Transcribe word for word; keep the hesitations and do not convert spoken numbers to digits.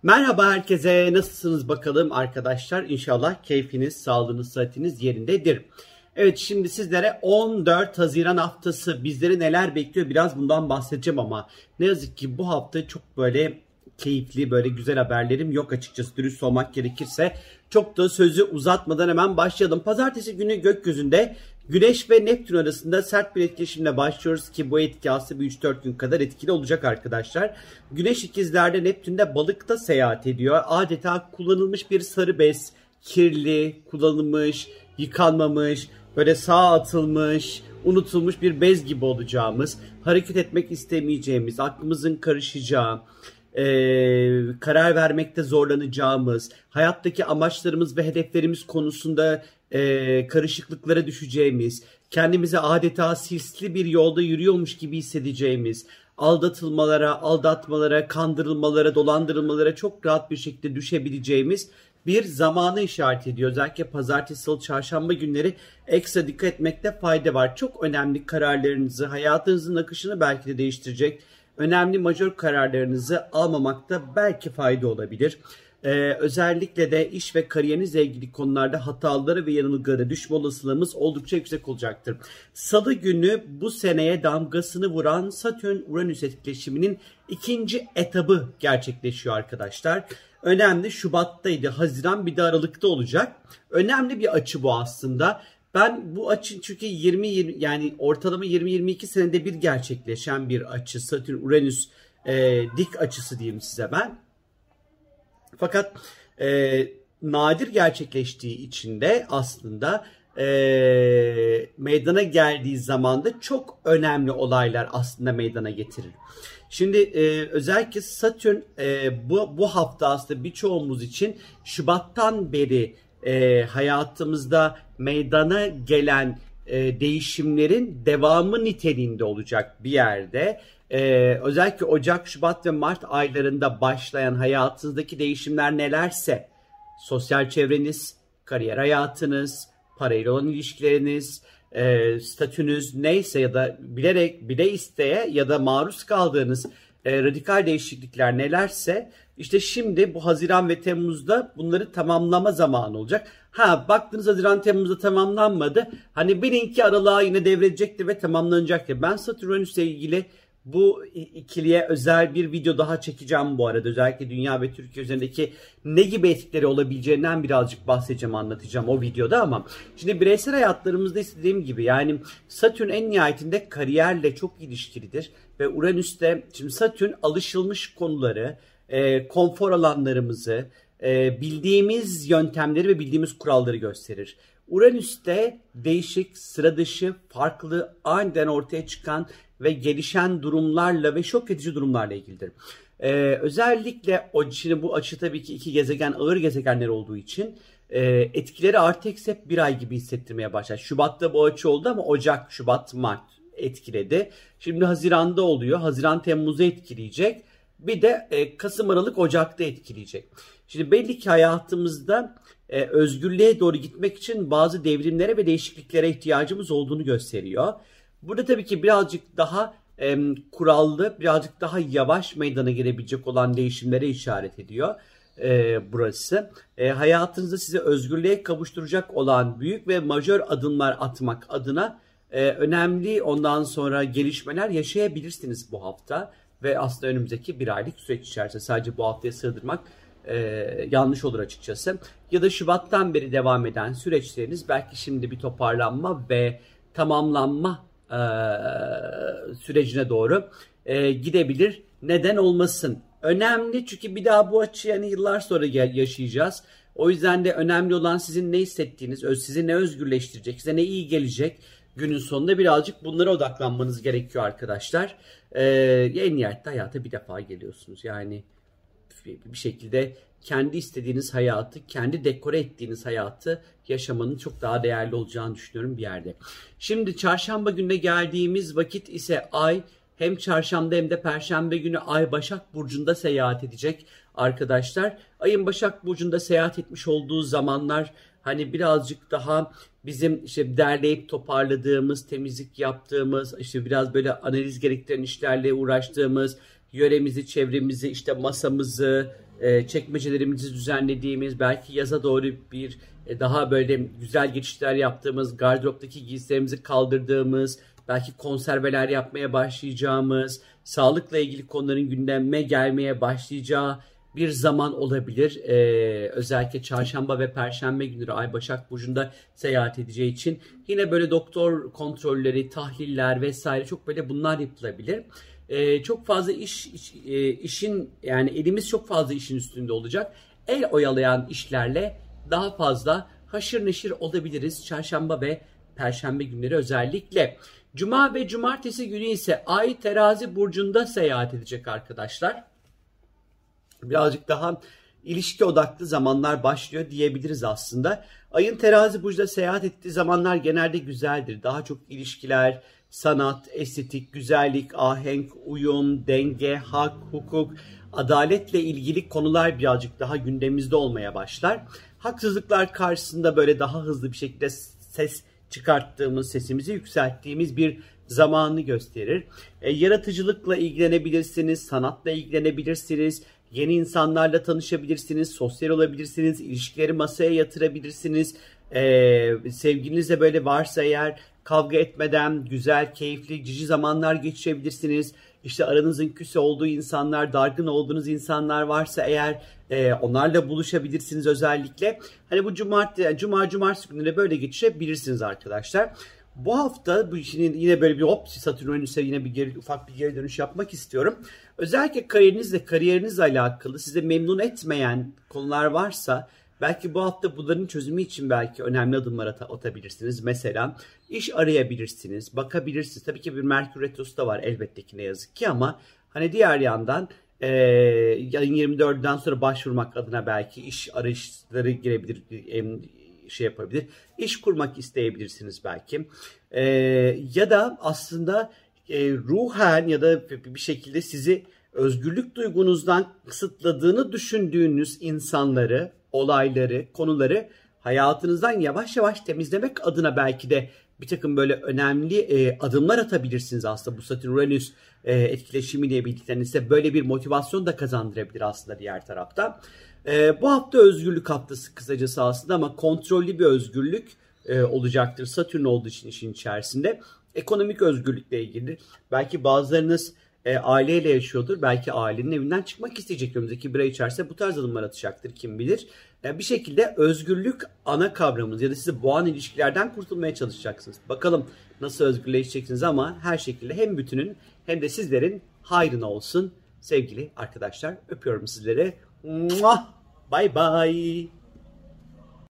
Merhaba herkese, nasılsınız bakalım arkadaşlar? İnşallah keyfiniz, sağlığınız, sıhhatiniz yerindedir. Evet, şimdi sizlere on dört Haziran haftası bizleri neler bekliyor biraz bundan bahsedeceğim ama ne yazık ki bu hafta çok böyle keyifli, böyle güzel haberlerim yok açıkçası, dürüst olmak gerekirse. Çok da sözü uzatmadan hemen başlayalım. Pazartesi günü gökyüzünde Güneş ve Neptün arasında sert bir etkileşimle başlıyoruz ki bu etki aslında bir üç dört gün kadar etkili olacak arkadaşlar. Güneş ikizlerde, Neptün de balıkta seyahat ediyor. Adeta kullanılmış bir sarı bez, kirli, kullanılmış, yıkanmamış, böyle sağa atılmış, unutulmuş bir bez gibi olacağımız, hareket etmek istemeyeceğimiz, aklımızın karışacağı, Ee, karar vermekte zorlanacağımız, hayattaki amaçlarımız ve hedeflerimiz konusunda e, karışıklıklara düşeceğimiz, kendimize adeta sisli bir yolda yürüyormuş gibi hissedeceğimiz, aldatılmalara, aldatmalara, kandırılmalara, dolandırılmalara çok rahat bir şekilde düşebileceğimiz bir zamanı işaret ediyor. Özellikle pazartesi, salı, çarşamba günleri ekstra dikkat etmekte fayda var. Çok önemli kararlarınızı, hayatınızın akışını belki de değiştirecek önemli majör kararlarınızı almamakta belki fayda olabilir. Ee, özellikle de iş ve kariyerinizle ilgili konularda hatalara ve yanılgılara düşme olasılığımız oldukça yüksek olacaktır. Salı günü bu seneye damgasını vuran Satürn-Uranüs etkileşiminin ikinci etabı gerçekleşiyor arkadaşlar. Önemli, Şubat'taydı, Haziran bir de Aralık'ta olacak. Önemli bir açı bu aslında. Ben bu açı çünkü yirmi yirmi yani ortalama yirmi yirmi iki senede bir gerçekleşen bir açı. Satürn-Uranüs e, dik açısı diyeyim size ben. Fakat e, nadir gerçekleştiği için de aslında e, meydana geldiği zaman da çok önemli olaylar aslında meydana getirir. Şimdi e, özellikle Satürn e, bu, bu hafta aslında birçoğumuz için Şubat'tan beri e, hayatımızda meydana gelen e, değişimlerin devamı niteliğinde olacak bir yerde. Ee, özellikle Ocak, Şubat ve Mart aylarında başlayan hayatınızdaki değişimler nelerse, sosyal çevreniz, kariyer hayatınız, parayla olan ilişkileriniz, e, statünüz neyse ya da bilerek, bile isteye ya da maruz kaldığınız e, radikal değişiklikler nelerse, işte şimdi bu Haziran ve Temmuz'da bunları tamamlama zamanı olacak. Ha, baktınız Haziran Temmuz'da tamamlanmadı. Hani bilin ki aralığa yine devredecektir ve tamamlanacaktır. Ben Satürn-Uranüs'le ilgili bu ikiliye özel bir video daha çekeceğim bu arada. Özellikle dünya ve Türkiye üzerindeki ne gibi etkileri olabileceğinden birazcık bahsedeceğim, anlatacağım o videoda. Ama şimdi bireysel hayatlarımızda istediğim gibi, yani Satürn en nihayetinde kariyerle çok ilişkilidir. Ve Uranüs de, şimdi Satürn alışılmış konuları, e, konfor alanlarımızı, e, bildiğimiz yöntemleri ve bildiğimiz kuralları gösterir. Uranüs'te değişik, sıra dışı, farklı, aniden ortaya çıkan ve gelişen durumlarla ve şok edici durumlarla ilgilidir. Ee, özellikle o, şimdi bu açı tabii ki iki gezegen ağır gezegenler olduğu için e, etkileri artı eksi hep bir ay gibi hissettirmeye başlar. Şubat'ta bu açı oldu ama Ocak, Şubat, Mart etkiledi. Şimdi Haziran'da oluyor. Haziran Temmuz'u etkileyecek. Bir de e, Kasım, Aralık, Ocak'ta etkileyecek. Şimdi belli ki hayatımızda e, özgürlüğe doğru gitmek için bazı devrimlere ve değişikliklere ihtiyacımız olduğunu gösteriyor. Burada tabii ki birazcık daha e, kurallı, birazcık daha yavaş meydana gelebilecek olan değişimlere işaret ediyor e, burası. E, hayatınızda size özgürlüğe kavuşturacak olan büyük ve majör adımlar atmak adına e, önemli ondan sonra gelişmeler yaşayabilirsiniz bu hafta. Ve aslında önümüzdeki bir aylık süreç içerisinde, sadece bu haftaya sığdırmak e, yanlış olur açıkçası. Ya da Şubat'tan beri devam eden süreçleriniz belki şimdi bir toparlanma ve tamamlanma e, sürecine doğru e, gidebilir. Neden olmasın? Önemli, çünkü bir daha bu açıyı yani yıllar sonra yaşayacağız. O yüzden de önemli olan sizin ne hissettiğiniz, sizi ne özgürleştirecek, size ne iyi gelecek. Günün sonunda birazcık bunlara odaklanmanız gerekiyor arkadaşlar. Ee, en nihayette hayata bir defa geliyorsunuz. Yani bir şekilde kendi istediğiniz hayatı, kendi dekore ettiğiniz hayatı yaşamanın çok daha değerli olacağını düşünüyorum bir yerde. Şimdi çarşamba gününe geldiğimiz vakit ise ay hem çarşamba hem de perşembe günü ay Başak Burcu'nda seyahat edecek arkadaşlar. Ayın Başak Burcu'nda seyahat etmiş olduğu zamanlar hani birazcık daha bizim işte derleyip toparladığımız, temizlik yaptığımız, işte biraz böyle analiz gerektiren işlerle uğraştığımız, yöremizi, çevremizi, işte masamızı, e, çekmecelerimizi düzenlediğimiz, belki yaza doğru bir e, daha böyle güzel geçişler yaptığımız, gardıroptaki giysilerimizi kaldırdığımız, belki konserveler yapmaya başlayacağımız, sağlıkla ilgili konuların gündeme gelmeye başlayacağı bir zaman olabilir. Ee, özellikle çarşamba ve perşembe günleri Ay Başak Burcu'nda seyahat edeceği için yine böyle doktor kontrolleri, tahliller vesaire çok böyle bunlar yapılabilir. Ee, çok fazla iş, iş e, işin yani elimiz çok fazla işin üstünde olacak. El oyalayan işlerle daha fazla haşır neşir olabiliriz çarşamba ve perşembe günleri özellikle. Cuma ve cumartesi günü ise Ay Terazi burcunda seyahat edecek arkadaşlar. Birazcık daha ilişki odaklı zamanlar başlıyor diyebiliriz aslında. Ayın Terazi burcunda seyahat ettiği zamanlar genelde güzeldir. Daha çok ilişkiler, sanat, estetik, güzellik, ahenk, uyum, denge, hak, hukuk, adaletle ilgili konular birazcık daha gündemimizde olmaya başlar. Haksızlıklar karşısında böyle daha hızlı bir şekilde ses çıkarttığımız, sesimizi yükselttiğimiz bir zamanını gösterir. E, yaratıcılıkla ilgilenebilirsiniz, sanatla ilgilenebilirsiniz, yeni insanlarla tanışabilirsiniz, sosyal olabilirsiniz, ilişkileri masaya yatırabilirsiniz. E, sevgilinizle böyle varsa eğer kavga etmeden güzel, keyifli, cici zamanlar geçirebilirsiniz. İşte aranızın küs olduğu insanlar, dargın olduğunuz insanlar varsa eğer e, onlarla buluşabilirsiniz özellikle. Hani bu cumartesi, cuma, cumartesi günleri böyle geçirebilirsiniz arkadaşlar. Bu hafta bu işin yine böyle bir hop Satürn-Uranüs'e yine bir geri, ufak bir geri dönüş yapmak istiyorum. Özellikle kariyerinizle, kariyerinizle alakalı size memnun etmeyen konular varsa belki bu hafta bunların çözümü için belki önemli adımlar at- atabilirsiniz. Mesela iş arayabilirsiniz, bakabilirsiniz. Tabii ki bir Merkür Retrosu da var elbette ki ne yazık ki ama hani diğer yandan e, ayın yirmi dördünden sonra başvurmak adına belki iş arayışları girebilir, şey yapabilir. İş kurmak isteyebilirsiniz belki. E, ya da aslında e, ruhen ya da bir şekilde sizi özgürlük duygunuzdan kısıtladığını düşündüğünüz insanları, olayları, konuları hayatınızdan yavaş yavaş temizlemek adına belki de bir takım böyle önemli e, adımlar atabilirsiniz aslında. Bu Satürn-Uranüs e, etkileşimiyle birlikte size böyle bir motivasyon da kazandırabilir aslında diğer tarafta. E, bu hafta özgürlük haftası kısacası aslında ama kontrollü bir özgürlük e, olacaktır. Satürn olduğu için işin içerisinde. Ekonomik özgürlükle ilgili belki bazılarınız E, aileyle yaşıyordur. Belki ailenin evinden çıkmak isteyecek önümüzdeki bir ay içerisinde bu tarz adımlar atacaktır kim bilir. E, bir şekilde özgürlük ana kavramınız ya da sizi boğan ilişkilerden kurtulmaya çalışacaksınız. Bakalım nasıl özgürleşeceksiniz ama her şekilde hem bütünün hem de sizlerin hayrına olsun sevgili arkadaşlar. Öpüyorum sizleri. Bye bye.